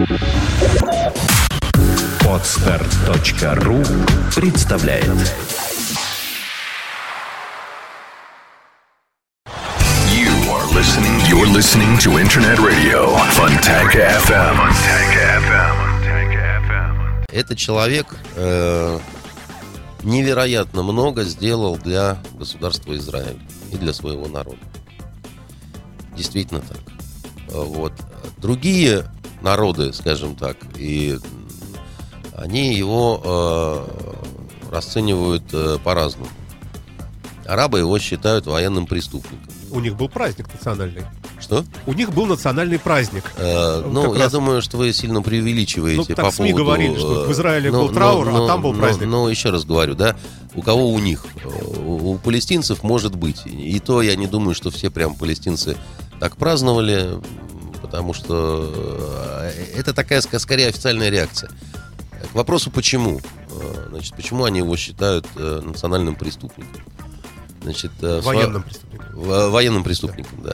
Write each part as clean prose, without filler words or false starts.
Podster.ru представляет. You're listening to Internet Radio Fontanka FM. Этот человек невероятно много сделал для государства Израиль и для своего народа. Действительно так. Вот. Другие народы, скажем так, и они его расценивают по-разному. Арабы его считают военным преступником. У них был праздник национальный. Что? У них был национальный праздник. Я думаю, что вы сильно преувеличиваете по СМИ поводу... говорили, что в Израиле был траур, а там был праздник. Но еще раз говорю, да, у кого у них? У палестинцев может быть. И то я не думаю, что все прям палестинцы так праздновали, потому что это такая, скорее, официальная реакция. К вопросу, почему? Значит, почему они его считают национальным преступником? Значит, военным преступником. Военным преступником, да.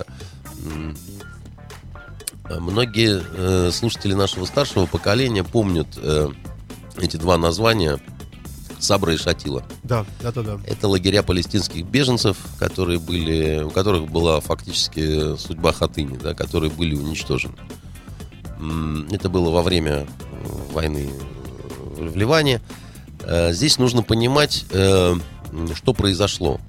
Многие слушатели нашего старшего поколения помнят эти два названия Сабра и Шатила. Да. Это лагеря палестинских беженцев, у которых была фактически судьба Хатыни, да, которые были уничтожены. Это было во время войны в Ливане. Здесь нужно понимать, что произошло.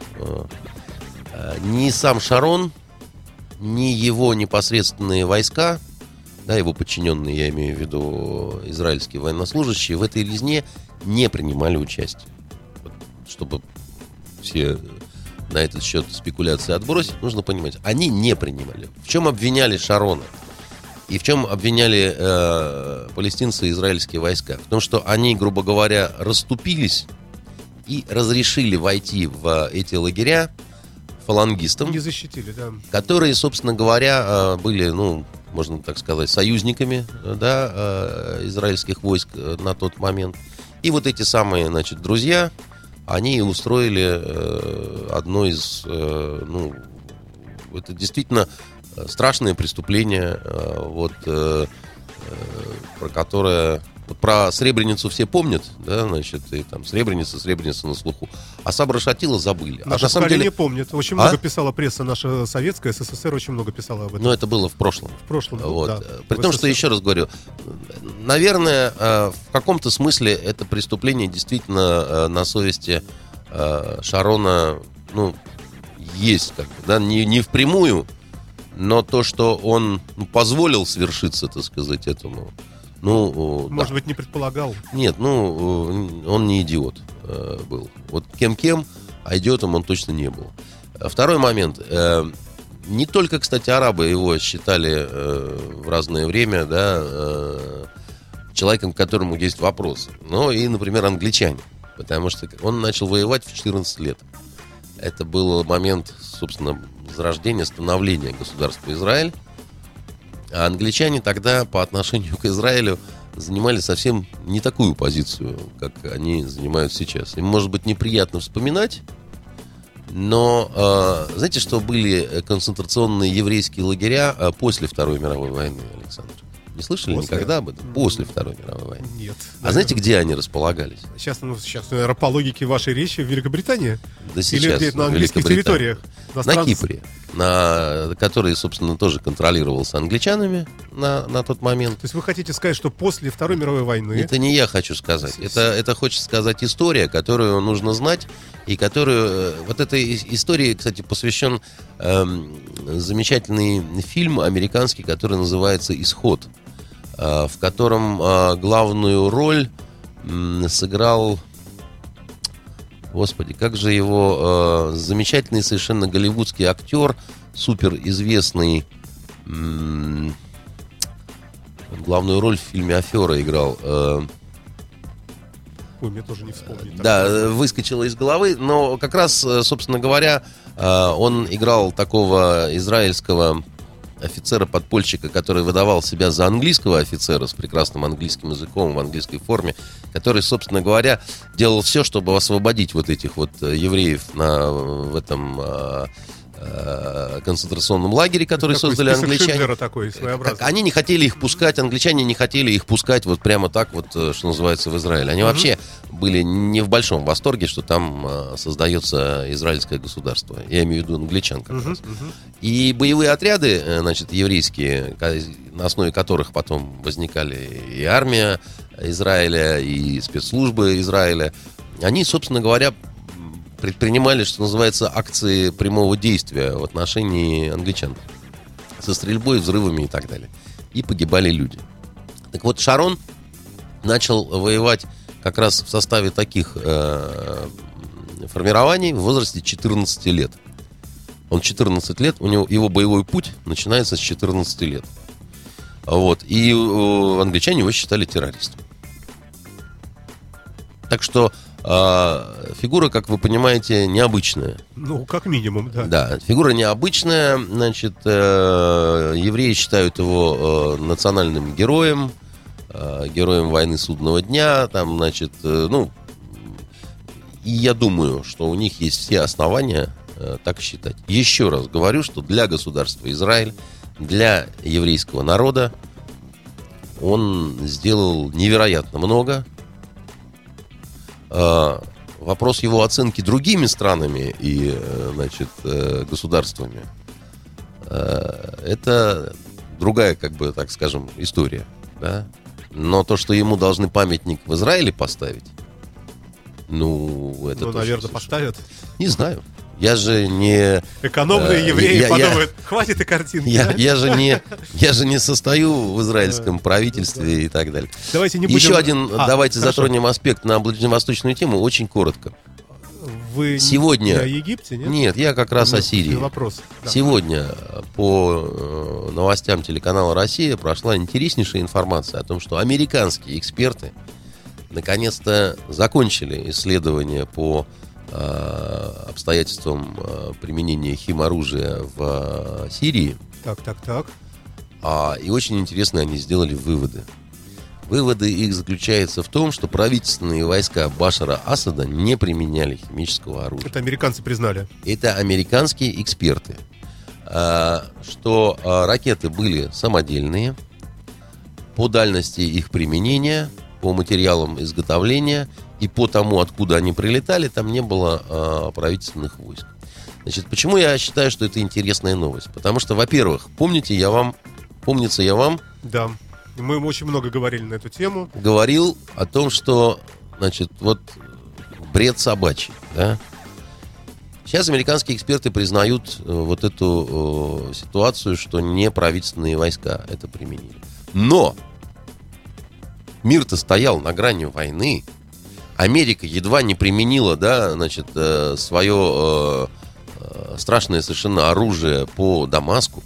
Ни сам Шарон, ни его непосредственные войска, да, его подчиненные, я имею в виду израильские военнослужащие, в этой резне не принимали участие. Чтобы все на этот счет спекуляции отбросить, нужно понимать, они не принимали. В чем обвиняли Шарона? И в чем обвиняли палестинцы и израильские войска? В том, что они, грубо говоря, расступились и разрешили войти в эти лагеря фалангистам, не защитили, да, которые, собственно говоря, были, можно так сказать, союзниками, да, израильских войск на тот момент. И вот эти самые, значит, друзья, они устроили одно из, это действительно страшное преступление, про которое... Про Сребреницу все помнят, да, значит, и там Сребреница на слуху. А Сабра Шатила забыли. Наше поколение помнит. Очень много писала пресса наша советская, СССР очень много писала об этом. Но это было в прошлом. Вот. Да. При том, что, еще раз говорю, наверное, в каком-то смысле это преступление действительно на совести Шарона, есть, как бы, да, не впрямую, но то, что он позволил свершиться, так сказать, этому... Может быть, не предполагал? Нет, он не идиот был. Вот кем-кем, а идиотом он точно не был. Второй момент. Не только, кстати, арабы его считали в разное время, да, человеком, к которому есть вопросы, но и, например, англичане. Потому что он начал воевать в 14 лет. Это был момент, собственно, зарождения, становления государства Израиль. А англичане тогда по отношению к Израилю занимали совсем не такую позицию, как они занимают сейчас. Им, может быть, неприятно вспоминать, но знаете, что были концентрационные еврейские лагеря после Второй мировой войны, Александр? Не слышали никогда об этом? После Второй мировой войны. Нет. А знаете, где они располагались? Сейчас, наверное, по логике вашей речи, в Великобритании? Да сейчас. Или на английских территориях? На Кипре. Который, собственно, тоже контролировался англичанами на тот момент. То есть вы хотите сказать, что после Второй мировой войны... Это не я хочу сказать. Это хочет сказать история, которую нужно знать, и которую... Вот этой истории, кстати, посвящен замечательный фильм американский, который называется «Исход», в котором главную роль сыграл... Господи, как же его замечательный совершенно голливудский актер, суперизвестный, главную роль в фильме «Афера» играл. Мне тоже не вспомнить. Да, выскочило из головы, но как раз, собственно говоря, он играл такого израильского офицера-подпольщика, который выдавал себя за английского офицера с прекрасным английским языком в английской форме, который, собственно говоря, делал все, чтобы освободить вот этих вот евреев в этом концентрационном лагере, который Такой создали список англичане. Шиндлера такой своеобразный. Они не хотели их пускать, англичане не хотели их пускать вот прямо так вот, что называется, в Израиль. Они вообще были не в большом восторге, что там создается израильское государство. Я имею в виду англичан как раз. И боевые отряды, значит, еврейские, на основе которых потом возникали и армия Израиля, и спецслужбы Израиля, они, собственно говоря, предпринимали, что называется, акции прямого действия в отношении англичан. Со стрельбой, взрывами и так далее. И погибали люди. Так вот, Шарон начал воевать как раз в составе таких формирований в возрасте 14 лет. Он 14 лет, его боевой путь начинается с 14 лет. Вот. И англичане его считали террористом. Так что фигура, как вы понимаете, необычная. Ну, как минимум, да. Да, фигура необычная. Значит, евреи считают его национальным героем, героем войны Судного дня. Там, значит, и я думаю, что у них есть все основания так считать. Еще раз говорю, что для государства Израиль, для еврейского народа он сделал невероятно много. Вопрос его оценки другими странами и, значит, государствами, это другая, как бы, так скажем, история, да? Но то, что ему должны памятник в Израиле поставить, это наверное, совершенно... поставят. Не знаю. Я же не... Экономные евреи подумают, хватит и картинки. Я же не состою в израильском правительстве и так далее. Давайте не будем... Еще один, давайте затронем аспект на ближневосточную тему, очень коротко. Вы сегодня... не о Египте, нет? Нет, я как раз о Сирии. Вопрос. Да. Сегодня по новостям телеканала «Россия» прошла интереснейшая информация о том, что американские эксперты наконец-то закончили исследование по обстоятельствам применения химоружия в Сирии. Так. И очень интересно они сделали выводы. Выводы их заключаются в том, что правительственные войска Башара Асада не применяли химического оружия. Это американцы признали. Это американские эксперты. Что ракеты были самодельные, по дальности их применения, по материалам изготовления и по тому, откуда они прилетали, там не было правительственных войск. Значит, почему я считаю, что это интересная новость? Потому что, во-первых, помнится я вам... Да, мы очень много говорили на эту тему. Говорил о том, что, значит, вот бред собачий, да? Сейчас американские эксперты признают вот эту ситуацию, что не правительственные войска это применили. Но мир-то стоял на грани войны. Америка едва не применила, да, значит, свое страшное совершенно оружие по Дамаску.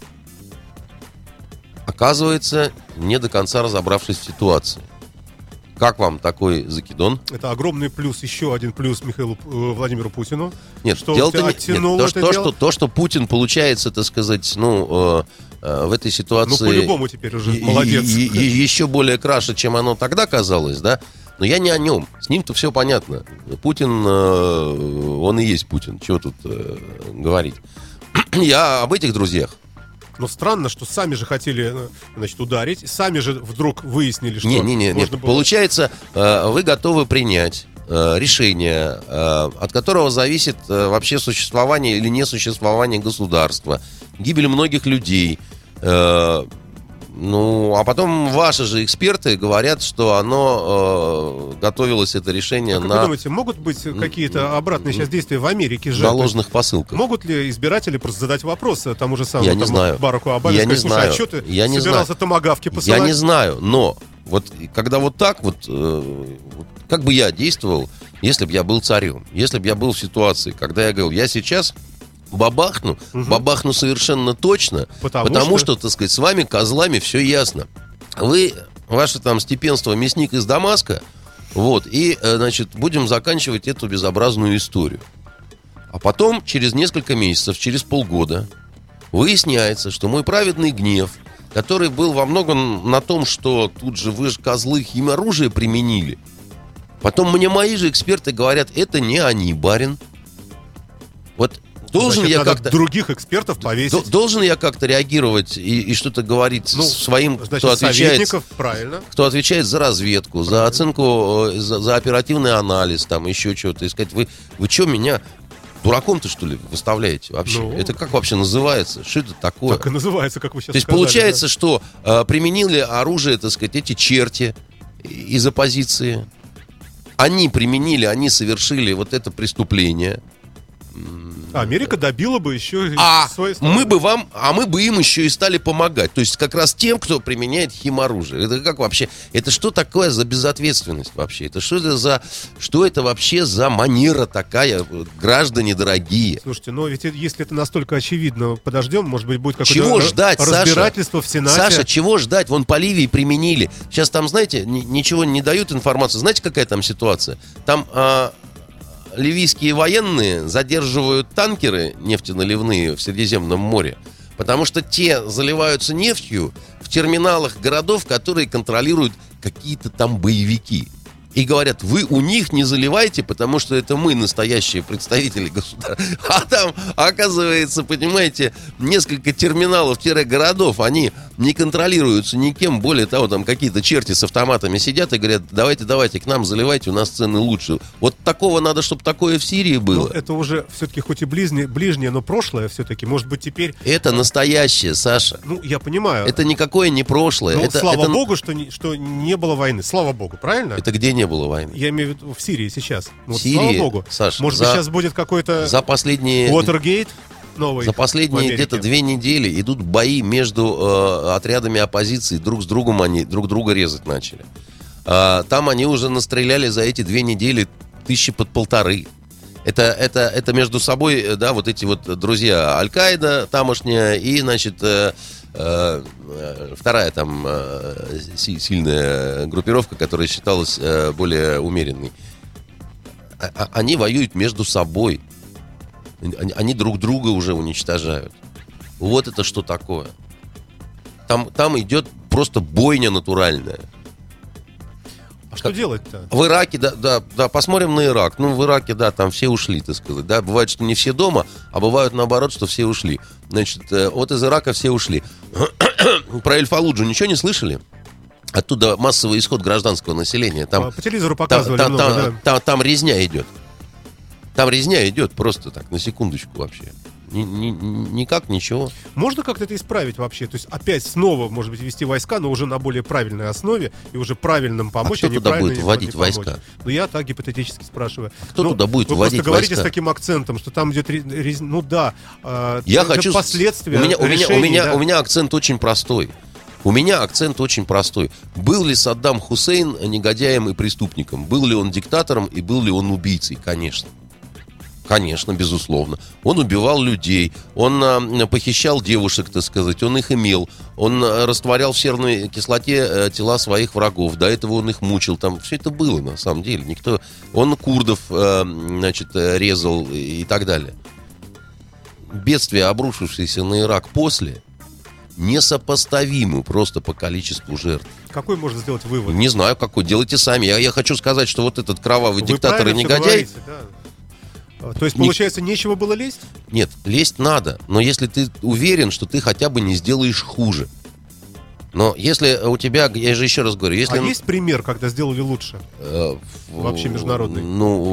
Оказывается, не до конца разобравшись в ситуации. Как вам такой закидон? Это огромный плюс, еще один плюс Михаилу Владимирову Путину. Нет, что то, что Путин, получается, так сказать, в этой ситуации... по-любому теперь уже молодец. Еще более краше, чем оно тогда казалось, да? Но я не о нем. С ним-то все понятно. Путин, он и есть Путин. Чего тут говорить? Я об этих друзьях. Но странно, что сами же хотели, значит, ударить, сами же вдруг выяснили, что Нет. было... Получается, вы готовы принять решение, от которого зависит вообще существование или несуществование государства, гибель многих людей. А потом ваши же эксперты говорят, что оно готовилось, это решение, как вы думаете, могут быть какие-то обратные сейчас действия в Америке же? На ложных посылках. Могут ли избиратели просто задать вопрос тому же самому Бараку Обаме? Я не знаю. А что ты собирался томагавки посылать? Я не знаю, но вот когда вот так вот, как бы я действовал, если бы я был царем, если бы я был в ситуации, когда я говорил, я сейчас... бабахну совершенно точно, потому что, так сказать, с вами, козлами, все ясно. Вы, ваше там степенство, мясник из Дамаска, вот, и, значит, будем заканчивать эту безобразную историю. А потом, через несколько месяцев, через полгода, выясняется, что мой праведный гнев, который был во многом на том, что тут же вы же, козлы, химоружие применили. Потом мне мои же эксперты говорят, это не они, барин. Вот Должен я как-то других экспертов повесить. Должен я как-то реагировать и что-то говорить своим, значит, советников, правильно. Кто отвечает за разведку, за оценку, за оперативный анализ, там еще что-то. И сказать, вы что, меня дураком-то, что ли, выставляете вообще? Это как вообще называется? Что это такое? Так и называется, как вы сейчас сказали. То есть получается, что применили оружие, так сказать, эти черти из оппозиции. Они применили, они совершили вот это преступление. Америка добила бы еще свои мы бы им еще и стали помогать. То есть как раз тем, кто применяет химоружие. Это как вообще? Это что такое за безответственность вообще? Это что это вообще за манера такая, граждане дорогие? Слушайте, но ведь если это настолько очевидно, подождем, может быть, будет какое-то разбирательство в Сенате. Саша, чего ждать? Вон по Ливии применили. Сейчас там, знаете, ничего не дают информацию. Знаете, какая там ситуация? Там ливийские военные задерживают танкеры нефтеналивные в Средиземном море, потому что те заливаются нефтью в терминалах городов, которые контролируют какие-то там боевики. И говорят, вы у них не заливайте, потому что это мы настоящие представители государства. А там, оказывается, понимаете, несколько терминалов-городов, они не контролируются никем. Более того, там какие-то черти с автоматами сидят и говорят, давайте, к нам заливайте, у нас цены лучше. Вот такого надо, чтобы такое в Сирии было. Но это уже все-таки хоть и ближнее, но прошлое все-таки. Может быть, теперь... Это настоящее, Саша. Я понимаю. Это никакое не прошлое. Слава богу, что не было войны. Слава богу, правильно? Это где не было войны? Я имею в виду в Сирии сейчас. В Сирии, слава богу. Саш, может быть, сейчас будет какой-то Уотергейт новый. За последние где-то 2 недели идут бои между отрядами оппозиции. Друг с другом они друг друга резать начали. Там они уже настреляли за эти 2 недели 1500. Это между собой, да, вот эти вот друзья Аль-Каида тамошняя и, значит, вторая там сильная группировка, которая считалась более умеренной. Они воюют между собой. Они друг друга уже уничтожают. Вот это что такое. Там идет просто бойня натуральная. А что делать-то? В Ираке, да, посмотрим на Ирак. В Ираке, да, там все ушли, так сказать. Да, бывает, что не все дома, а бывает наоборот, что все ушли. Значит, вот из Ирака все ушли. Про Эль-Фаллуджу ничего не слышали? Оттуда массовый исход гражданского населения. Там, по телевизору показывали много, да. Там резня идет. Там резня идет просто так, на секундочку вообще. Никак, ничего. Можно как-то это исправить вообще? То есть опять снова, может быть, вести войска, но уже на более правильной основе и уже правильным помочь. А кто туда будет вводить войска? Я так гипотетически спрашиваю. Кто туда будет вводить войска? Вы просто говорите с таким акцентом, что там идет я хочу... последствия у меня акцент очень простой. Был ли Саддам Хусейн негодяем и преступником? Был ли он диктатором и был ли он убийцей? Конечно. Конечно, безусловно. Он убивал людей, он похищал девушек, так сказать, он их имел, он растворял в серной кислоте тела своих врагов, до этого он их мучил, там все это было на самом деле. Он курдов, резал и так далее. Бедствия, обрушившиеся на Ирак после, несопоставимы просто по количеству жертв. Какой можно сделать вывод? Не знаю, какой, делайте сами. Я хочу сказать, что вот этот кровавый диктатор и негодяй... То есть, получается, нечего было лезть? Нет, лезть надо, но если ты уверен, что ты хотя бы не сделаешь хуже. Но если у тебя, я же еще раз говорю, если... есть пример, когда сделали лучше? Вообще международный?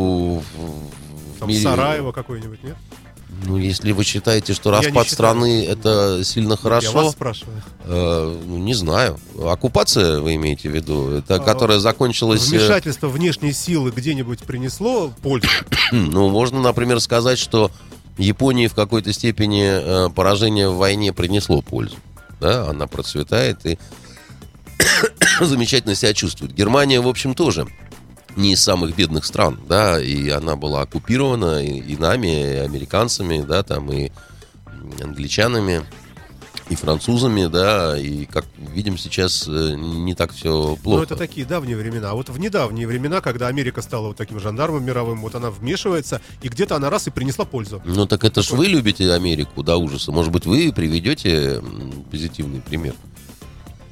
Сараево какой-нибудь, нет? Если вы считаете, что распад страны это сильно хорошо... Я вас спрашиваю. Не знаю. Оккупация, вы имеете в виду? Это которая закончилась... Вмешательство внешней силы где-нибудь принесло пользу? Можно, например, сказать, что Японии в какой-то степени поражение в войне принесло пользу. Да, она процветает и замечательно себя чувствует. Германия, в общем, тоже не из самых бедных стран, да, и она была оккупирована и нами, и американцами, да, там, и англичанами, и французами, да, и, как видим, сейчас не так все плохо. Но это такие давние времена. А вот в недавние времена, когда Америка стала вот таким жандармом мировым, вот она вмешивается, и где-то она раз и принесла пользу. Так это ж вы любите Америку до ужаса. Может быть, вы приведете позитивный пример?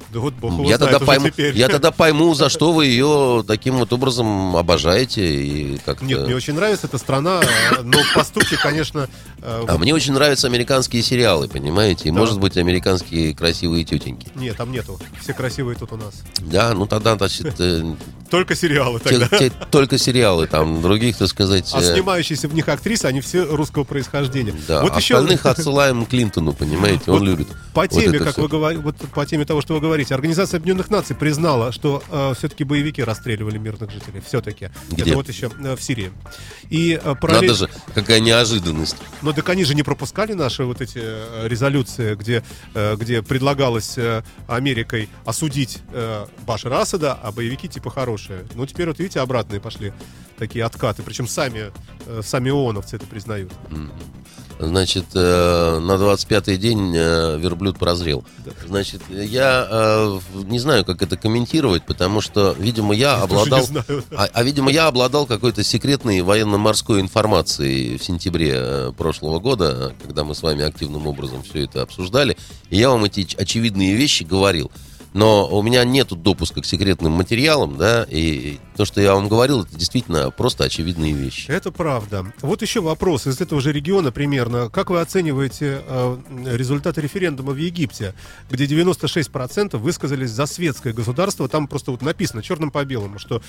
Да вот бог его Я знает тогда уже пойму, теперь. я тогда пойму, за что вы ее таким вот образом обожаете. И как-то... Нет, мне очень нравится эта страна, но поступки, конечно... Мне очень нравятся американские сериалы, понимаете? И, Да. может быть, американские красивые тетеньки. Нет, там нету. Все красивые тут у нас. Да, ну тогда, значит, Только сериалы тогда. только сериалы, там других, так сказать... А снимающиеся в них актрисы, они все русского происхождения. Да, Вот еще остальных отсылаем к Клинтону, понимаете? Он любит. по вот теме, это как всё. вы говорите, вот по теме того, что вы говорите, Организация Объединенных Наций признала, что все-таки боевики расстреливали мирных жителей. Все-таки. Где? Это вот еще в Сирии. И Надо же, какая неожиданность. Но так они же не пропускали наши вот эти резолюции, где предлагалось Америкой осудить Башара Асада, а боевики типа хорошие. Ну, теперь вот видите, обратные пошли такие откаты. Причем сами ООНовцы это признают. Значит, на 25-й день верблюд прозрел. Значит, я не знаю, как это комментировать, потому что, видимо, я обладал... Тоже не знаю. видимо, я обладал какой-то секретной военно-морской информацией в сентябре прошлого года, когда мы с вами активным образом все это обсуждали, и я вам эти очевидные вещи говорил. Но у меня нету допуска к секретным материалам, да, и то, что я вам говорил, это действительно просто очевидные вещи. Это правда. Вот еще вопрос из этого же региона примерно. Как вы оцениваете результаты референдума в Египте, где 96% высказались за светское государство? Там просто вот написано черным по белому, что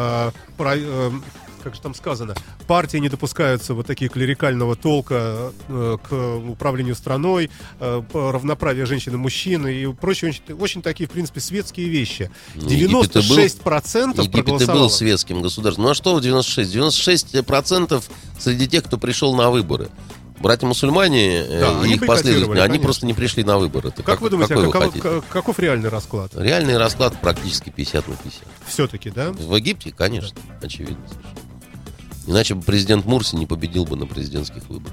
как же там сказано, партии не допускаются вот такие клерикального толка к управлению страной, равноправие женщин и мужчин и прочие очень такие, в принципе, светские вещи. 96% Египет и проголосовало. был светским государством. Ну а что в 96? 96% среди тех, кто пришел на выборы. Братья-мусульмане Да, и они их последователи, они конечно. просто не пришли на выборы. Как вы думаете, какой вы хотите? каков реальный расклад? Реальный расклад практически 50/50. Все-таки, да? В Египте, конечно, очевидно совершенно. Иначе бы президент Мурси не победил бы на президентских выборах.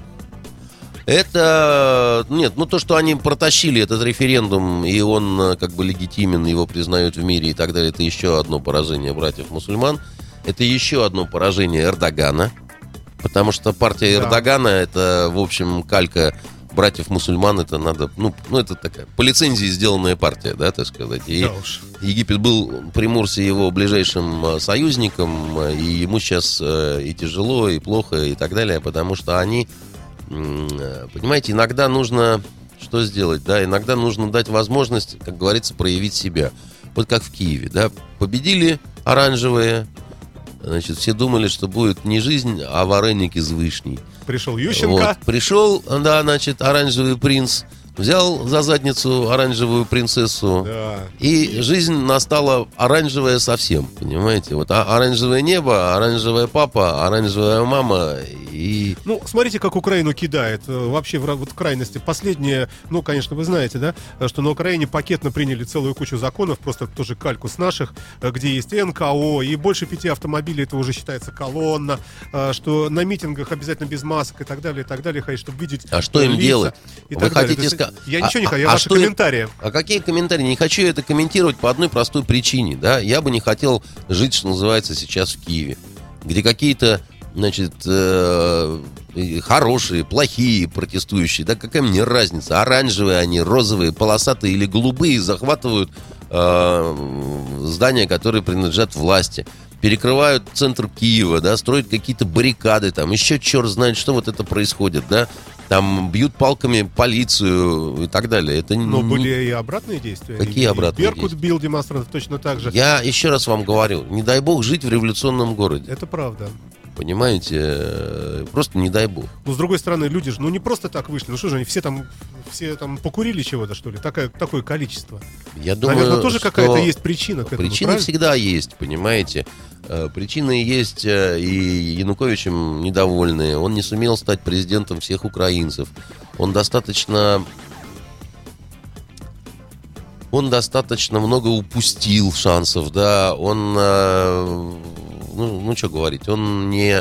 Это... Нет, ну то, что они протащили этот референдум, и он как бы легитимен, его признают в мире и так далее, это еще одно поражение братьев-мусульман. Это еще одно поражение Эрдогана. Потому что партия Эрдогана, это, в общем, калька братьев-мусульман, это надо... Ну, это такая по лицензии сделанная партия, да, так сказать. И Да уж. Египет был при Мурси его ближайшим союзником, и ему сейчас и тяжело, и плохо, и так далее, потому что они... Понимаете, иногда нужно что сделать, да? Иногда нужно дать возможность, как говорится, проявить себя. Вот как в Киеве, да? Победили оранжевые, значит, все думали, что будет не жизнь, а вареник из вышней. Пришел Ющенко. Вот. Пришел, да, значит, оранжевый принц, взял за задницу оранжевую принцессу, Да. и жизнь настала оранжевая совсем, понимаете? Вот оранжевое небо, оранжевая папа, оранжевая мама и... Ну, смотрите, как Украину кидает. Вообще, вот в крайности. Последнее, ну, конечно, вы знаете, да, что на Украине пакетно приняли целую кучу законов, просто тоже кальку с наших, где есть и НКО, и больше 5 автомобилей, это уже считается колонна, что на митингах обязательно без масок и так далее, чтобы видеть А что им лица делать? и Вы так далее. хотите То есть сказать... Я ничего не хочу, я а ваши что им- комментарии. А какие комментарии? Не хочу это комментировать по одной простой причине, да? Я бы не хотел жить, что называется, сейчас в Киеве, где какие-то, значит, хорошие, плохие протестующие, да, какая мне разница, оранжевые они, розовые, полосатые или голубые, захватывают здания, которые принадлежат власти, перекрывают центр Киева, да, строят какие-то баррикады, там, еще черт знает, что вот это происходит, да, там бьют палками полицию и так далее. Это Но не- были и обратные действия. Какие И обратные Беркут действия? бил демонстрантов точно так же. Я еще раз вам говорю, не дай бог жить в революционном городе. Это правда. Понимаете? Просто не дай бог. Но с другой стороны, люди же, ну не просто так вышли. Ну что же они все там покурили чего-то, что ли? Такое количество. Я думаю, Наверное, тоже что какая-то есть причина к этому. Причины правильно? всегда есть, понимаете? Причины есть, и Януковичем недовольны. Он не сумел стать президентом всех украинцев. Он достаточно много упустил шансов, да. Он, что говорить, он не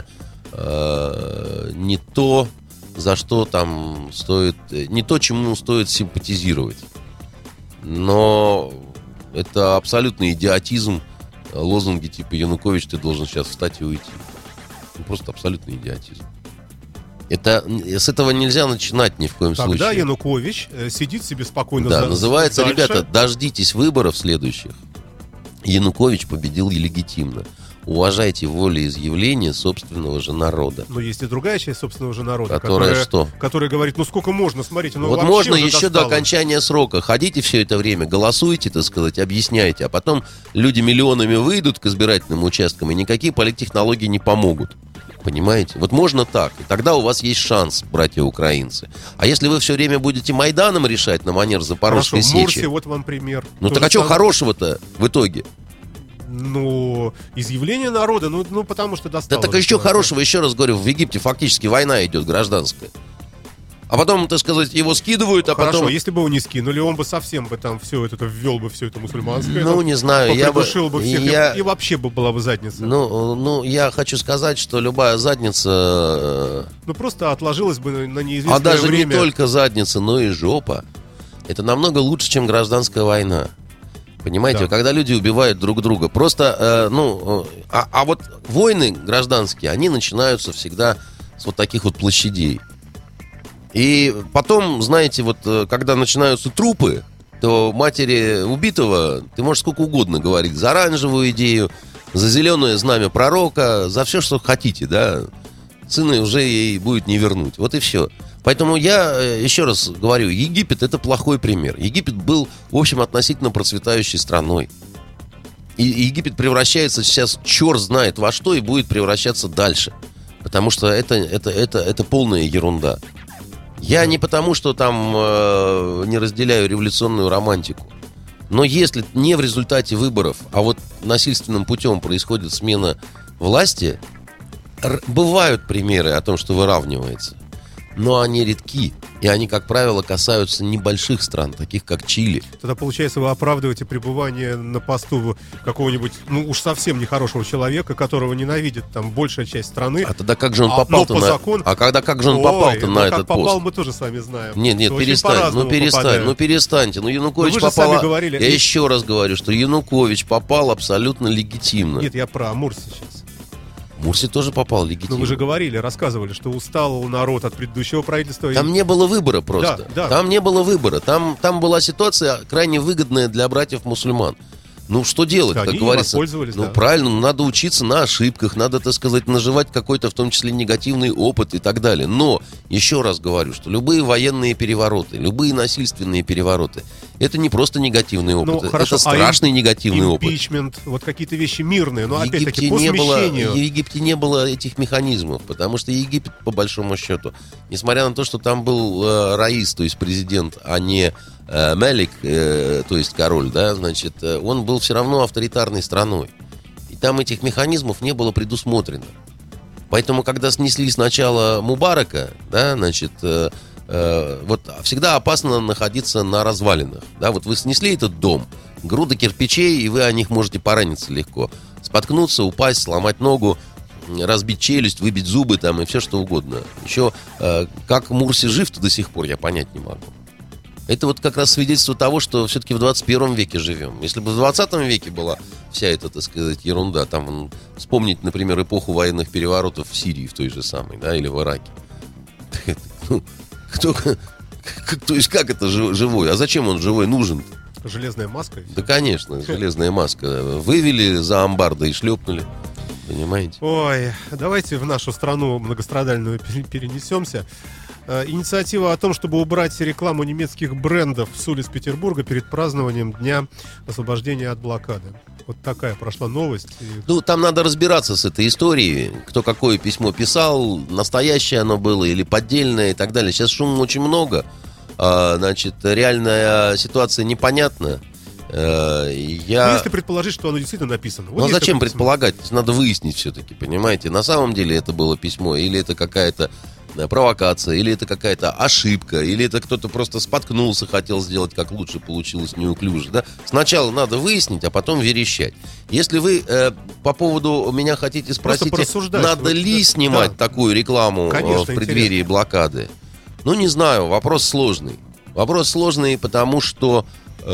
то, за что там стоит, не то, чему стоит симпатизировать. Но это абсолютный идиотизм. Лозунги типа «Янукович, ты должен сейчас встать и уйти». Ну, просто абсолютный идиотизм. С этого нельзя начинать ни в коем случае. Тогда Янукович сидит себе спокойно. Да, называется, дальше. ребята, дождитесь выборов следующих. Янукович победил легитимно. Уважайте волеизъявление собственного же народа. Но есть и другая часть собственного же народа, которая говорит, ну сколько можно, смотрите, ну вот вообще можно уже еще достало. до окончания срока. Ходите все это время, голосуйте, так сказать, объясняйте. А потом люди миллионами выйдут к избирательным участкам, и никакие политтехнологии не помогут. Понимаете? Вот можно так. И тогда у вас есть шанс, братья украинцы. А если вы все время будете Майданом решать на манер Запорожской Хорошо, сечи... Мурси, вот вам пример. Ну так а что хорошего-то в итоге? Ну, изъявление народа, ну потому что достало. Да так еще хорошего, еще раз говорю, в Египте фактически война идет гражданская. А потом, так сказать, его скидывают, а Хорошо, потом... если бы его не скинули, он бы совсем бы там все это ввел бы, все это мусульманское. Ну, не знаю, я бы... всех, и вообще бы была бы задница. Ну, я хочу сказать, что любая задница... Ну, просто отложилась бы на неизвестное время. А даже время. не только задница, но и жопа. Это намного лучше, чем гражданская война. Понимаете, Да. когда люди убивают друг друга. Просто, а вот войны гражданские, они начинаются всегда с вот таких вот площадей. И потом, знаете, вот когда начинаются трупы, то матери убитого ты можешь сколько угодно говорить за оранжевую идею, за зеленое знамя пророка, за все, что хотите, да. Сына уже ей будет не вернуть. Вот и все. Поэтому я еще раз говорю, Египет — это плохой пример. Египет был, в общем, относительно процветающей страной. И Египет превращается сейчас черт знает во что и будет превращаться дальше. Потому что это полная ерунда. Я не потому, что там не разделяю революционную романтику. Но если не в результате выборов, а вот насильственным путем происходит смена власти, бывают примеры о том, что выравнивается. Но они редки. И они, как правило, касаются небольших стран, таких как Чили. Тогда, получается, вы оправдываете пребывание на посту какого-нибудь, ну уж совсем нехорошего человека, которого ненавидит там большая часть страны. А тогда как же он попал-то на... закону... как же он попал-то на этот пост? Попал, мы тоже с вами знаем. Нет, перестаньте. Ну, Янукович попал... Я еще раз говорю, что Янукович попал абсолютно легитимно. Нет, я про Мурси сейчас. Мурси тоже попал легитимно. Ну, вы же говорили, рассказывали, что устал народ от предыдущего правительства. Там не было выбора просто. Да. Там не было выбора. Там была ситуация крайне выгодная для братьев-мусульман. Ну, что делать, Они как говорится? Да. Правильно, надо учиться на ошибках, надо, так сказать, наживать какой-то, в том числе, негативный опыт и так далее. Но, еще раз говорю, что любые военные перевороты, любые насильственные перевороты, это не просто негативный опыт, это страшный негативный опыт. Импичмент, вот какие-то вещи мирные, но опять-таки по смещению. В Египте не было этих механизмов, потому что Египет, по большому счету, несмотря на то, что там был Раис, то есть президент, а не Малик, то есть король, да, значит, он был все равно авторитарной страной. И там этих механизмов не было предусмотрено. Поэтому, когда снесли сначала Мубарака, да, значит, вот всегда опасно находиться на развалинах. Да, вот вы снесли этот дом, груда кирпичей, и вы о них можете пораниться легко. Споткнуться, упасть, сломать ногу, разбить челюсть, выбить зубы там и все что угодно. Еще как Мурси жив-то до сих пор, я понять не могу. Это вот как раз свидетельство того, что все-таки в 21 веке живем. Если бы в 20 веке была вся эта, так сказать, ерунда, там вспомнить, например, эпоху военных переворотов в Сирии в той же самой, да, или в Ираке. То есть как это живой? А зачем он живой нужен? Железная маска? Да, конечно, железная маска. Вывели за амбар, да и шлепнули. Понимаете? Ой, давайте в нашу страну многострадальную перенесемся. Инициатива о том, чтобы убрать рекламу немецких брендов с улиц Петербурга перед празднованием Дня освобождения от блокады. Вот такая прошла новость. Ну, там надо разбираться с этой историей. Кто какое письмо писал, настоящее оно было или поддельное и так далее. Сейчас шума очень много. Значит, реальная ситуация непонятна. Если предположить, что оно действительно написано. Вот зачем предполагать? Надо выяснить все-таки, понимаете? На самом деле это было письмо, или это какая-то провокация, или это какая-то ошибка, или это кто-то просто споткнулся, хотел сделать как лучше, получилось неуклюже, да? Сначала надо выяснить, а потом верещать. Если вы по поводу меня хотите спросить, надо ли снимать такую рекламу в преддверии блокады? Ну, не знаю, вопрос сложный. Вопрос сложный, потому что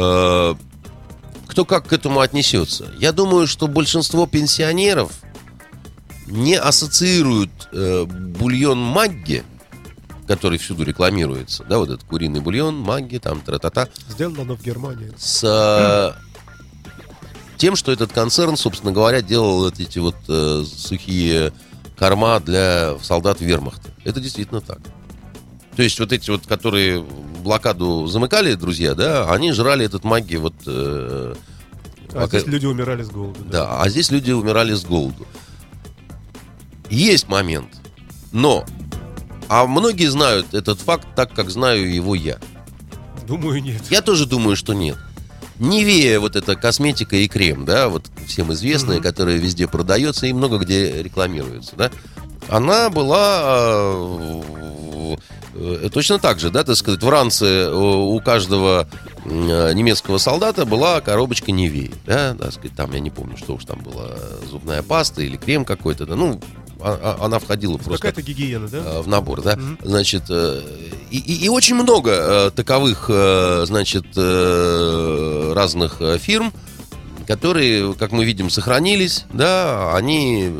кто как к этому отнесется. Я думаю, что большинство пенсионеров не ассоциируют бульон Магги который всюду рекламируется, да, вот этот куриный бульон, Магги, там, тра-та-та. Сделано в Германии. С тем, что этот концерн, собственно говоря, делал вот эти вот сухие корма для солдат вермахта. Это действительно так. То есть вот эти вот, которые блокаду замыкали, друзья, да, они жрали этот Магги вот... здесь люди умирали с голоду. Да, а здесь люди умирали с голоду. Есть момент, но... А многие знают этот факт так, как знаю его я. Думаю, нет. Я тоже думаю, что нет. Нивея, вот эта косметика и крем, да, вот всем известная, которая везде продается и много где рекламируется, да, она была точно так же, да, так сказать, в ранце у каждого немецкого солдата была коробочка Нивеи, да, так сказать, там, я не помню, что уж там была, зубная паста или крем какой-то, да, ну, она входила просто... Какая-то гигиена, да? В набор, да. Значит, и очень много таковых, значит, разных фирм, которые, как мы видим, сохранились, да, они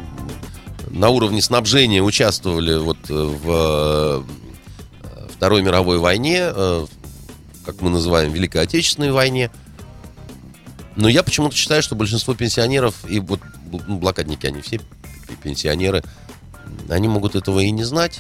на уровне снабжения участвовали вот в Второй мировой войне, как мы называем, Великой Отечественной войне. Но я почему-то считаю, что большинство пенсионеров, и вот блокадники, они все пенсионеры, они могут этого и не знать.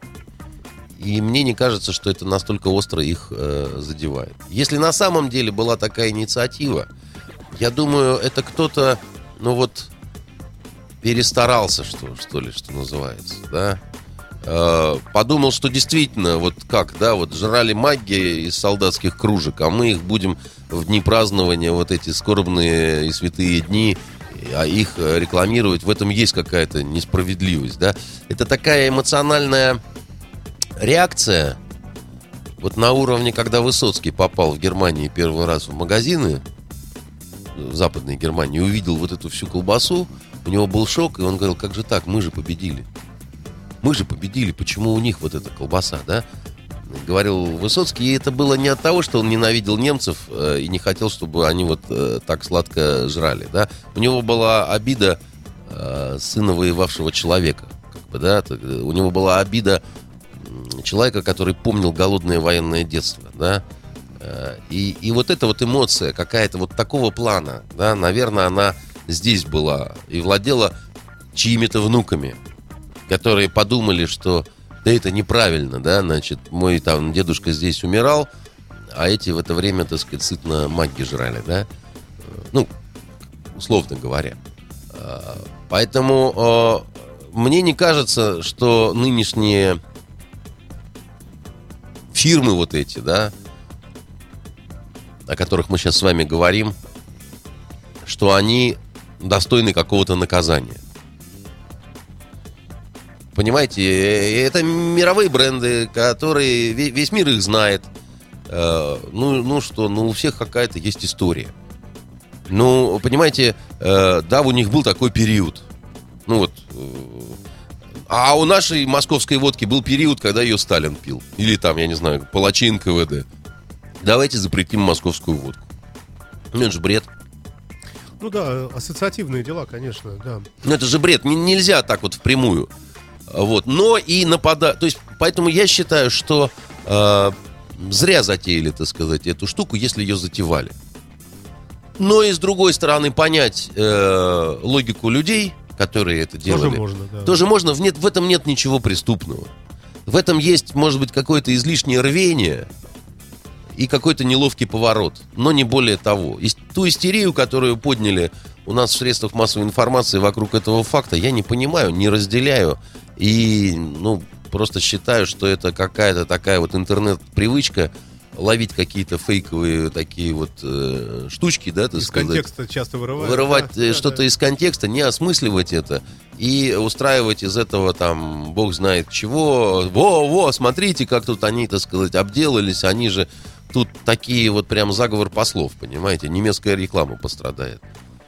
И мне не кажется, что это настолько остро их задевает. Если на самом деле была такая инициатива, я думаю, это кто-то, ну вот, перестарался, что ли, что называется, да? Подумал, что действительно, вот как, да, вот жрали Магги из солдатских кружек, а мы их будем в дни празднования, вот эти скорбные и святые дни, а их рекламировать, в этом есть какая-то несправедливость, да? Это такая эмоциональная реакция, вот на уровне, когда Высоцкий попал в Германии первый раз в магазины в Западной Германии, увидел вот эту всю колбасу, у него был шок, и он говорил, как же так, мы же победили. Мы же победили, почему у них вот эта колбаса, да? Говорил Высоцкий, и это было не от того, что он ненавидел немцев и не хотел, чтобы они вот так сладко жрали, да? У него была обида сына воевавшего человека, как бы, да? У него была обида человека, который помнил голодное военное детство, да? И вот эта вот эмоция какая-то вот такого плана, да, наверное, она здесь была и владела чьими-то внуками, которые подумали, что да это неправильно, да, значит, мой там дедушка здесь умирал, а эти в это время, так сказать, сытно Магги жрали, да, ну, условно говоря. Поэтому мне не кажется, что нынешние фирмы вот эти, да, о которых мы сейчас с вами говорим, что они достойны какого-то наказания. Понимаете, это мировые бренды, которые весь мир их знает. Ну что, у всех какая-то есть история. Ну, понимаете, да, у них был такой период. Ну вот. А у нашей московской водки был период, когда ее Сталин пил. Или там, я не знаю, палачи НКВД. Давайте запретим московскую водку. Ну, это же бред. Ну да, ассоциативные дела, конечно, да. Ну, это же бред. Нельзя так вот впрямую. Вот. Но и нападать. То есть, поэтому я считаю, что зря затеяли, так сказать, эту штуку, если ее затевали. Но и с другой стороны понять логику людей, которые это делали. Тоже можно, да. Тоже можно. В этом нет ничего преступного. В этом есть, может быть, какое-то излишнее рвение и какой-то неловкий поворот. Но не более того. Ту истерию, которую подняли у нас в средствах массовой информации вокруг этого факта, я не понимаю, не разделяю. И, просто считаю, что это какая-то такая вот интернет-привычка ловить какие-то фейковые такие вот штучки, да, так сказать. Из контекста часто вырывать. Вырывать что-то из контекста, не осмысливать это и устраивать из этого там бог знает чего. Во, смотрите, как тут они, так сказать, обделались. Они же тут такие вот прям заговор послов, понимаете. Немецкая реклама пострадает.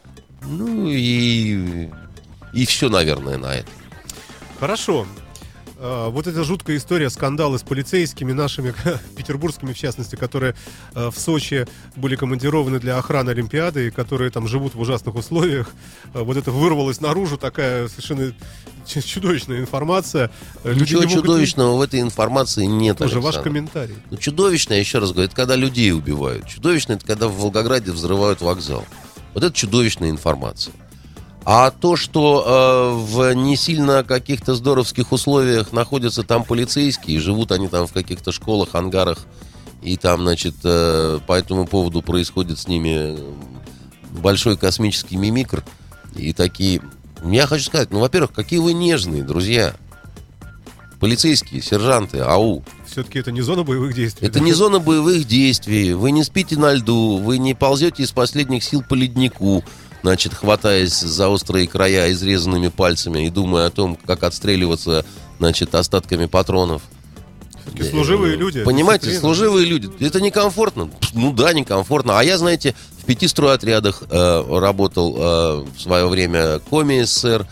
Ну и все, наверное, на это. Хорошо. Вот эта жуткая история, скандалы с полицейскими нашими, петербургскими в частности, которые в Сочи были командированы для охраны Олимпиады, и которые там живут в ужасных условиях. Вот это вырвалось наружу, такая совершенно чудовищная информация. Ничего чудовищного в этой информации нет, Тоже Александр. ваш комментарий. Ну, чудовищно, я еще раз говорю, это когда людей убивают. Чудовищно, это когда в Волгограде взрывают вокзал. Вот это чудовищная информация. А то, что в не сильно каких-то здоровских условиях находятся там полицейские, живут они там в каких-то школах, ангарах, и там, значит, по этому поводу происходит с ними большой космический мимикр, и такие... Я хочу сказать, ну, во-первых, какие вы нежные, друзья. Полицейские, сержанты, ау. Все-таки это не зона боевых действий. Это не зона боевых действий. Вы не спите на льду, вы не ползете из последних сил по леднику, значит, хватаясь за острые края изрезанными пальцами и думая о том, как отстреливаться, значит, остатками патронов. Все-таки служивые люди. Понимаете, дисциплина. служивые люди. Это некомфортно. Ну да, некомфортно. А я, знаете, в 5 стройотрядах работал в свое время Коми СССР.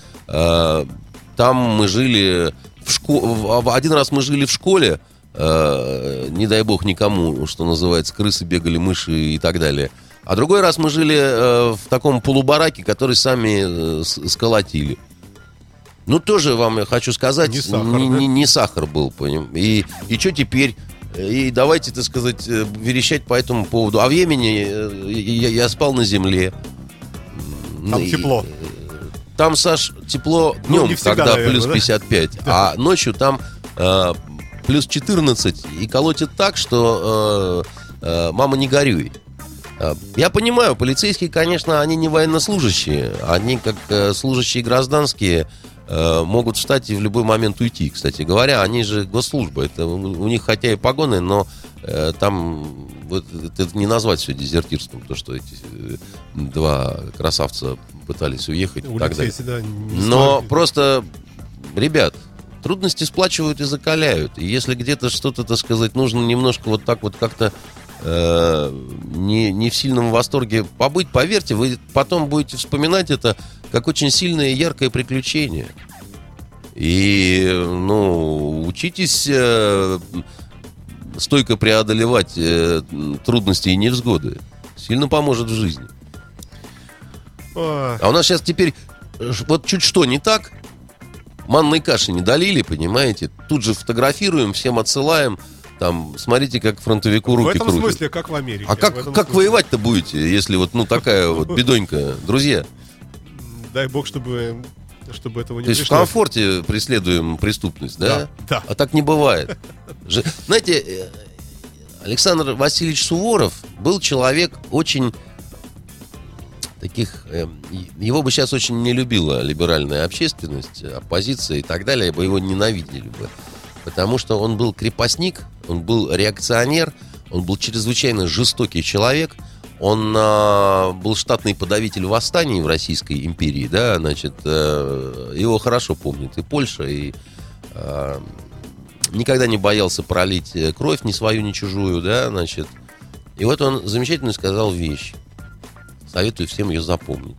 Там мы жили один раз мы жили в школе. Не дай бог никому, что называется, крысы бегали, мыши и так далее. А другой раз мы жили в таком полубараке, который сами сколотили. Ну, тоже вам я хочу сказать, не сахар был, и что теперь? И давайте, так сказать, верещать по этому поводу. А в Йемене я спал на земле. Там тепло. Там, Саш, тепло днем, всегда, когда наверное, плюс да? 55, а ночью там плюс 14, и колотит так, что мама не горюй. Я понимаю, полицейские, конечно, они не военнослужащие. Они, как служащие гражданские, могут встать и в любой момент уйти. Кстати говоря, они же госслужба. Это у них хотя и погоны, но там вот, это не назвать все дезертирством, то, что эти два красавца пытались уехать и так далее. Да, Но просто, ребят, трудности сплачивают и закаляют. И если где-то что-то, так сказать, нужно немножко вот так вот как-то не в сильном восторге побыть, поверьте, вы потом будете вспоминать это как очень сильное и яркое приключение. И, ну, учитесь стойко преодолевать трудности и невзгоды. Сильно поможет в жизни. А у нас сейчас теперь вот чуть что не так, манной каши не долили, понимаете? Тут же фотографируем, всем отсылаем. Там, смотрите, как фронтовику руки крутят. В этом смысле, как в Америке. А как воевать-то будете, если вот, ну, такая вот бедонька, друзья? Дай бог, чтобы этого не То есть в комфорте преследуем преступность, да? Да. А так не бывает. Знаете, Александр Васильевич Суворов был человек очень таких... Его бы сейчас очень не любила либеральная общественность, оппозиция и так далее, бы его ненавидели бы. Потому что он был крепостник, он был реакционер, он был чрезвычайно жестокий человек, он был штатный подавитель восстаний в Российской империи, да, значит, его хорошо помнят и Польша, и никогда не боялся пролить кровь ни свою, ни чужую, да, значит. И вот он замечательно сказал вещь, советую всем ее запомнить.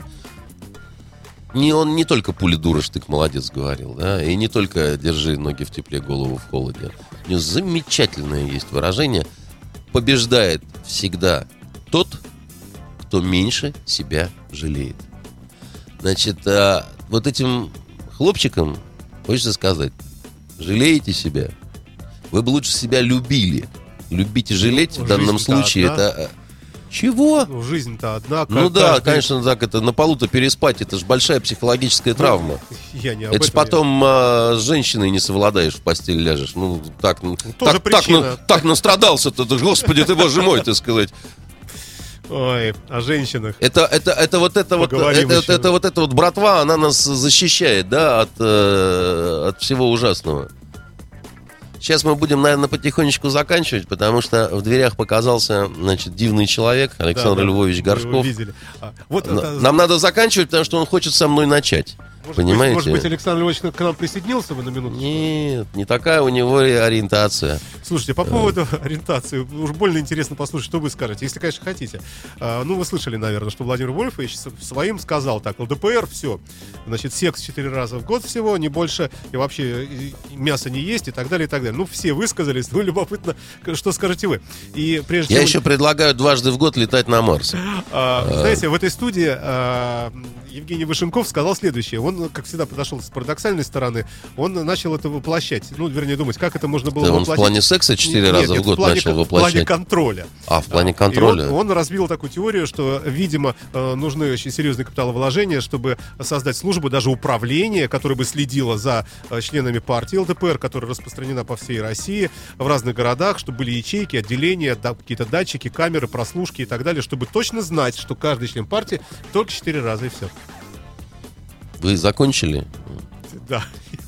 Он не только пули дура, штык молодец говорил, да, и не только держи ноги в тепле, голову в холоде. У него замечательное есть выражение: побеждает всегда тот, кто меньше себя жалеет. Значит, вот этим хлопчикам хочется сказать: жалеете себя, вы бы лучше себя любили. Любить и жалеть в данном случае это... Чего? Ну, жизнь-то одна. Ну да, конечно, так это на полу-то переспать, это же большая психологическая травма. Я не об Это ж потом с женщиной не совладаешь, в постель ляжешь. Ну, так настрадался-то, господи ты, боже мой, так сказать. Ой, о женщинах. Это вот эта вот братва, она нас защищает, да, от всего ужасного. Сейчас мы будем, наверное, потихонечку заканчивать, потому что в дверях показался, значит, дивный человек, Александр Львович Горшков. Видели. Нам надо заканчивать, потому что он хочет со мной начать. Понимаете? Может быть, Александр Львович к нам присоединился бы на минуту? Нет, не такая у него и ориентация. Слушайте, по поводу ориентации, уж больно интересно послушать, что вы скажете, если, конечно, хотите. Ну, вы слышали, наверное, что Владимир Вольфович своим сказал так: ЛДПР, все, значит, секс 4 раза в год всего, не больше, и вообще мясо не есть, и так далее, и так далее. Ну, все высказались, ну, любопытно, что скажете вы. И прежде Я чем... еще предлагаю дважды в год летать на Марс. Знаете, в этой студии Евгений Вышенков сказал следующее. Он, как всегда, подошел с парадоксальной стороны. Он начал это воплощать. Ну, вернее, думать, как это можно было воплощать. Он в плане секса 4 раза в год начал воплощать? В плане контроля. В плане контроля. И он развил такую теорию, что, видимо, нужны очень серьезные капиталовложения, чтобы создать службу даже управления, которая бы следила за членами партии ЛДПР, которая распространена по всей России, в разных городах, чтобы были ячейки, отделения, какие-то датчики, камеры, прослушки и так далее, чтобы точно знать, что каждый член партии только 4 раза и все. Вы закончили? Да.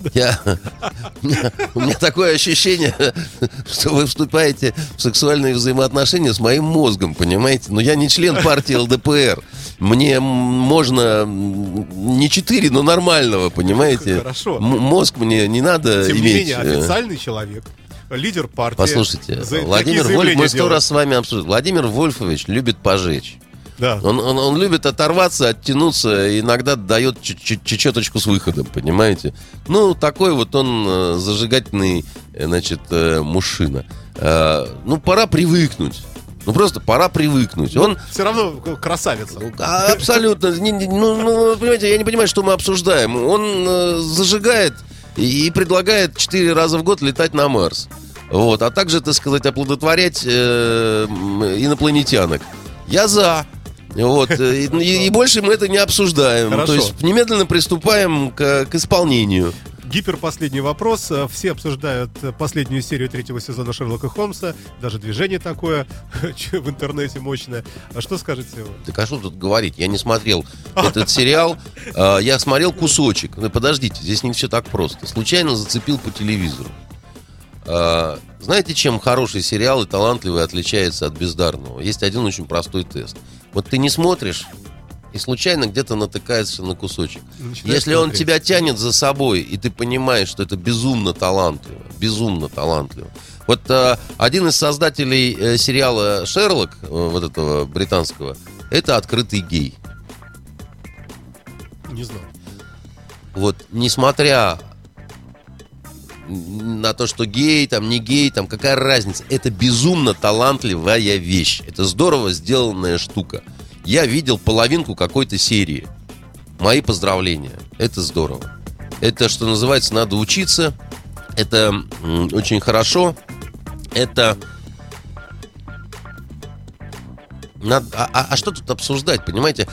У меня такое ощущение, что вы вступаете в сексуальные взаимоотношения с моим мозгом, понимаете? Но я не член партии ЛДПР. Мне можно не 4, но нормального, понимаете? Хорошо. Мозг мне не надо Тем иметь. не менее, официальный человек, лидер партии. Послушайте, Владимир Вольфович, мы 100 раз с вами обсуждали. Владимир Вольфович любит пожечь. Да. Он любит оторваться, оттянуться, иногда дает чечеточку с выходом, понимаете? Ну, такой вот он зажигательный, значит, мужчина. Ну, пора привыкнуть. Ну, просто пора привыкнуть. Он все равно красавец. Абсолютно. Ну, понимаете, я не понимаю, что мы обсуждаем. Он зажигает и предлагает 4 раза в год летать на Марс. Вот. А также, так сказать, оплодотворять инопланетянок. Я за. Вот. И больше мы это не обсуждаем. Хорошо. То есть немедленно приступаем к исполнению. Гиперпоследний вопрос. Все обсуждают последнюю серию 3-го сезона Шерлока Холмса. Даже движение такое в интернете мощное. А что скажете вы? Так а что тут говорить? Я не смотрел этот сериал. Я смотрел кусочек. Ну, подождите, здесь не все так просто. Случайно зацепил по телевизору. Знаете, чем хороший сериал и талантливый отличается от бездарного? Есть один очень простой тест. Вот ты не смотришь и случайно где-то натыкаешься на кусочек. Если он тебя тянет за собой, и ты понимаешь, что это безумно талантливо. Вот один из создателей сериала «Шерлок», вот этого британского, это открытый гей. Не знаю. Вот, несмотря на то, что гей, там, не гей, там, какая разница? Это безумно талантливая вещь. Это здорово сделанная штука. Я видел половинку какой-то серии. Мои поздравления. Это здорово. Это, что называется, надо учиться. Это очень хорошо. Это... А что тут обсуждать, понимаете?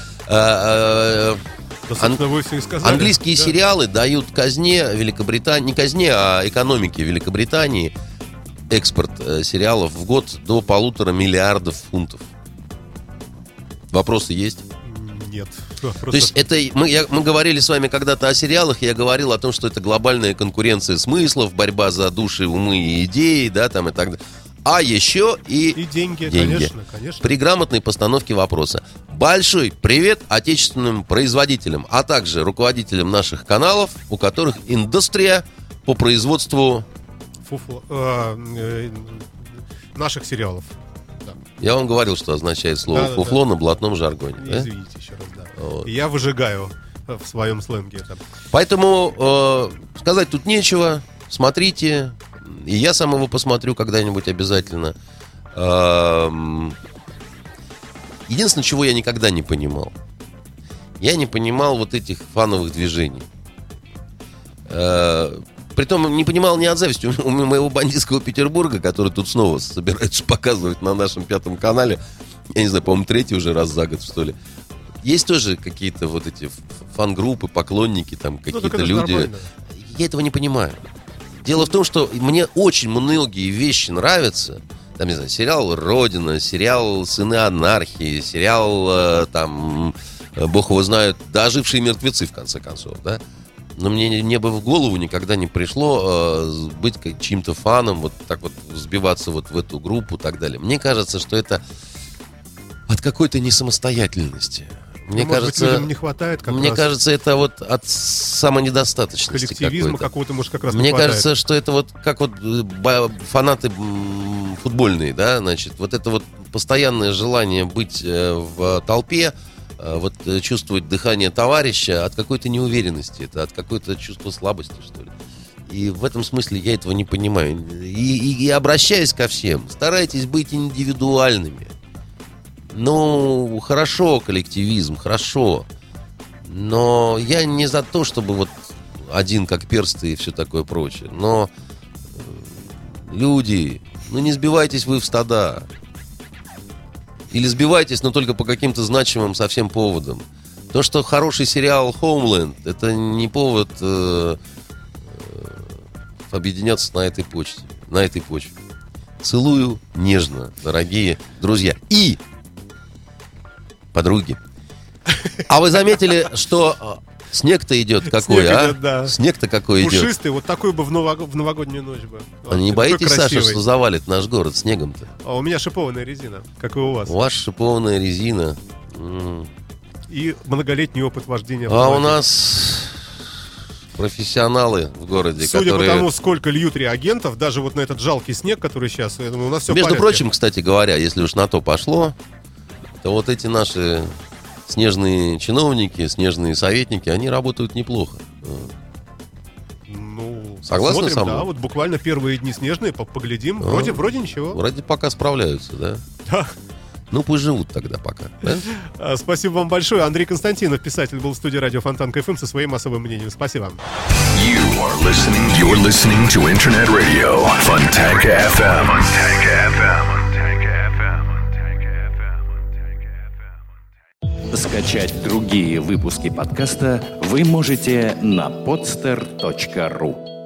Английские сериалы дают казне Великобритании, не казне, а экономике Великобритании экспорт сериалов в год до 1,5 миллиарда фунтов. Вопросы есть? Нет. То есть это мы говорили с вами когда-то о сериалах, я говорил о том, что это глобальная конкуренция смыслов, борьба за души, умы и идеи, да, там и так далее. А еще и деньги. Конечно. При грамотной постановке вопроса. Большой привет отечественным производителям, а также руководителям наших каналов, у которых индустрия по производству наших сериалов. Да. Я вам говорил, что означает слово фуфло на блатном жаргоне. Извините еще раз, да. Вот. Я выжигаю в своем сленге. Поэтому сказать тут нечего. Смотрите. И я сам его посмотрю когда-нибудь обязательно. Единственное, чего я никогда не понимал. Я не понимал вот этих фановых движений. Притом не понимал не от зависти. У моего бандитского Петербурга, который тут снова собираются показывать на нашем 5-м канале, я не знаю, по-моему, 3-й уже раз за год, что ли, есть тоже какие-то вот эти фан-группы, поклонники, там какие-то люди. Нормально. Я этого не понимаю. Дело в том, что мне очень многие вещи нравятся. Там, не знаю, сериал «Родина», сериал «Сыны анархии», сериал, там, бог его знает, да, «Ожившие мертвецы», в конце концов, да. Но мне бы в голову никогда не пришло быть чьим-то фаном, вот так вот взбиваться вот в эту группу и так далее. Мне кажется, что это от какой-то несамостоятельности. Мне может кажется, быть, людям не хватает как мне раз кажется, это вот от самонедостаточности коллективизма какой-то. какого-то, может, как раз не Мне хватает. кажется, что это вот как вот фанаты футбольные, да, значит, вот это вот постоянное желание быть в толпе, вот чувствовать дыхание товарища от какой-то неуверенности, это от какой-то чувства слабости, что ли. И в этом смысле я этого не понимаю. И обращаясь ко всем, старайтесь быть индивидуальными. Ну, хорошо, коллективизм, хорошо. Но я не за то, чтобы вот один как персты и все такое прочее. Но люди, ну не сбивайтесь вы в стада. Или сбивайтесь, но только по каким-то значимым совсем поводам. То, что хороший сериал «Homeland», это не повод объединяться на этой почве. Целую нежно, дорогие друзья. И подруги. А вы заметили, что снег-то идет какой, Снег а? идет, да. Снег-то какой идет. Пушистый, вот такой бы в новогоднюю ночь бы. А не Такой боитесь, Саша, красивый. что завалит наш город снегом-то? А у меня шипованная резина, как и у вас. У вас шипованная резина. И многолетний опыт вождения. А у автомобиля. нас профессионалы в городе, Судя которые... по тому, сколько льют реагентов, даже вот на этот жалкий снег, который сейчас, я думаю, у нас все в Между порядке. прочим, кстати говоря, если уж на то пошло, то вот эти наши снежные чиновники, снежные советники, они работают неплохо. Ну, Согласны посмотрим, со мной? да, вот буквально первые дни снежные, поглядим. Вроде ничего. Вроде пока справляются, да? Да. Ну, пусть живут тогда пока. Да? Спасибо вам большое. Андрей Константинов, писатель, был в студии радио Фонтан КФМ со своим особым мнением. Спасибо. You're listening to Internet Radio Fontanka FM. Скачать другие выпуски подкаста вы можете на podster.ru.